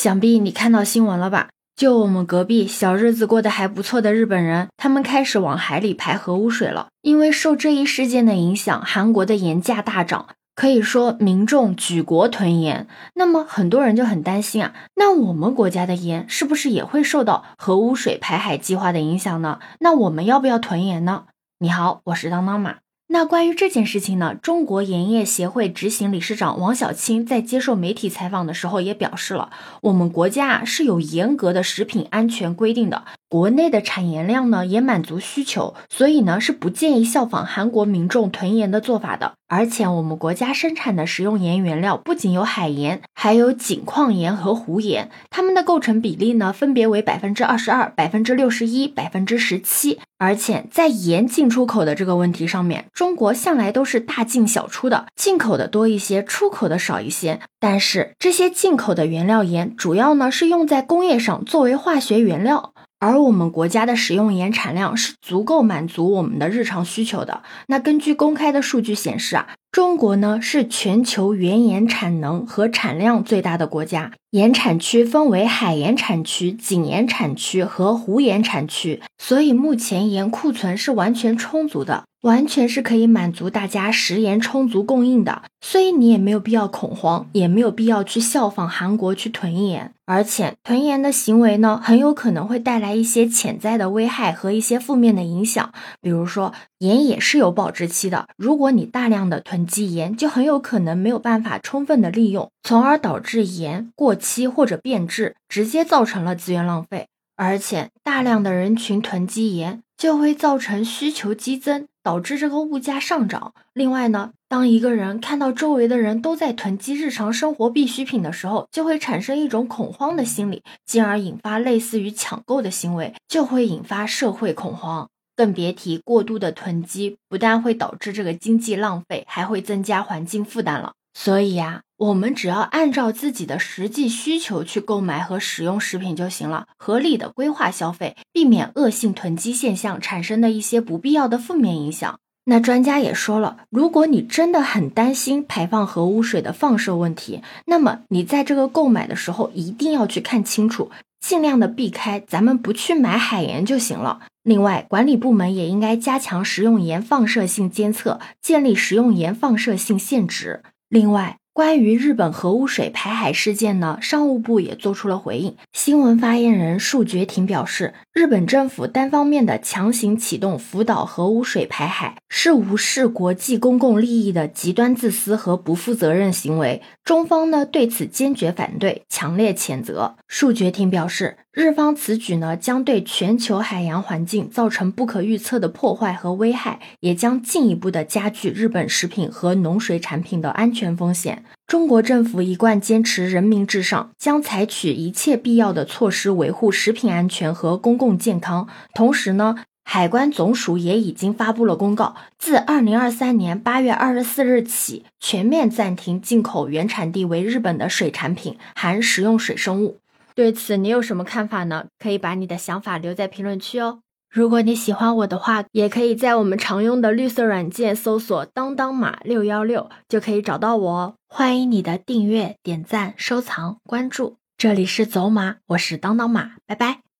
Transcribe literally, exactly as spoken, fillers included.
想必你看到新闻了吧？就我们隔壁小日子过得还不错的日本人，他们开始往海里排核污水了。因为受这一事件的影响，韩国的盐价大涨，可以说民众举国囤盐。那么很多人就很担心啊，那我们国家的盐是不是也会受到核污水排海计划的影响呢？那我们要不要囤盐呢？你好，我是当当马。那关于这件事情呢，中国盐业协会执行理事长王小青在接受媒体采访的时候也表示了，我们国家啊是有严格的食品安全规定的，国内的产盐量呢也满足需求，所以呢是不建议效仿韩国民众囤盐的做法的。而且我们国家生产的食用盐原料不仅有海盐，还有井矿盐和湖盐，它们的构成比例呢分别为 百分之二十二、百分之六十一、百分之十七。而且在盐进出口的这个问题上面，中国向来都是大进小出的，进口的多一些，出口的少一些。但是这些进口的原料盐主要呢是用在工业上作为化学原料，而我们国家的食用盐产量是足够满足我们的日常需求的。那根据公开的数据显示啊，中国呢是全球原盐产能和产量最大的国家，盐产区分为海盐产区、井盐产区和湖盐产区，所以目前盐库存是完全充足的，完全是可以满足大家食盐充足供应的，所以你也没有必要恐慌，也没有必要去效仿韩国去囤盐。而且囤盐的行为呢，很有可能会带来一些潜在的危害和一些负面的影响。比如说，盐也是有保质期的，如果你大量的囤积盐，就很有可能没有办法充分的利用，从而导致盐过期或者变质，直接造成了资源浪费。而且大量的人群囤积盐，就会造成需求激增，导致这个物价上涨。另外呢，当一个人看到周围的人都在囤积日常生活必需品的时候，就会产生一种恐慌的心理，进而引发类似于抢购的行为，就会引发社会恐慌。更别提过度的囤积，不但会导致这个经济浪费，还会增加环境负担了。所以呀、啊，我们只要按照自己的实际需求去购买和使用食品就行了，合理的规划消费，避免恶性囤积现象产生的一些不必要的负面影响。那专家也说了，如果你真的很担心排放核污水的放射问题，那么你在这个购买的时候一定要去看清楚，尽量的避开，咱们不去买海盐就行了。另外，管理部门也应该加强食用盐放射性监测，建立食用盐放射性限值。另外，关于日本核污水排海事件呢，商务部也做出了回应。新闻发言人束觉庭表示，日本政府单方面的强行启动福岛核污水排海，是无视国际公共利益的极端自私和不负责任行为。中方呢对此坚决反对，强烈谴责。束觉庭表示，日方此举呢将对全球海洋环境造成不可预测的破坏和危害，也将进一步的加剧日本食品和农水产品的安全风险。中国政府一贯坚持人民至上，将采取一切必要的措施维护食品安全和公共健康。同时呢，海关总署也已经发布了公告，自二零二三年八月二十四日起，全面暂停进口原产地为日本的水产品，含食用水生物。对此你有什么看法呢？可以把你的想法留在评论区哦。如果你喜欢我的话，也可以在我们常用的绿色软件搜索当当马六一六就可以找到我哦。欢迎你的订阅、点赞、收藏、关注。这里是走马，我是当当马，拜拜。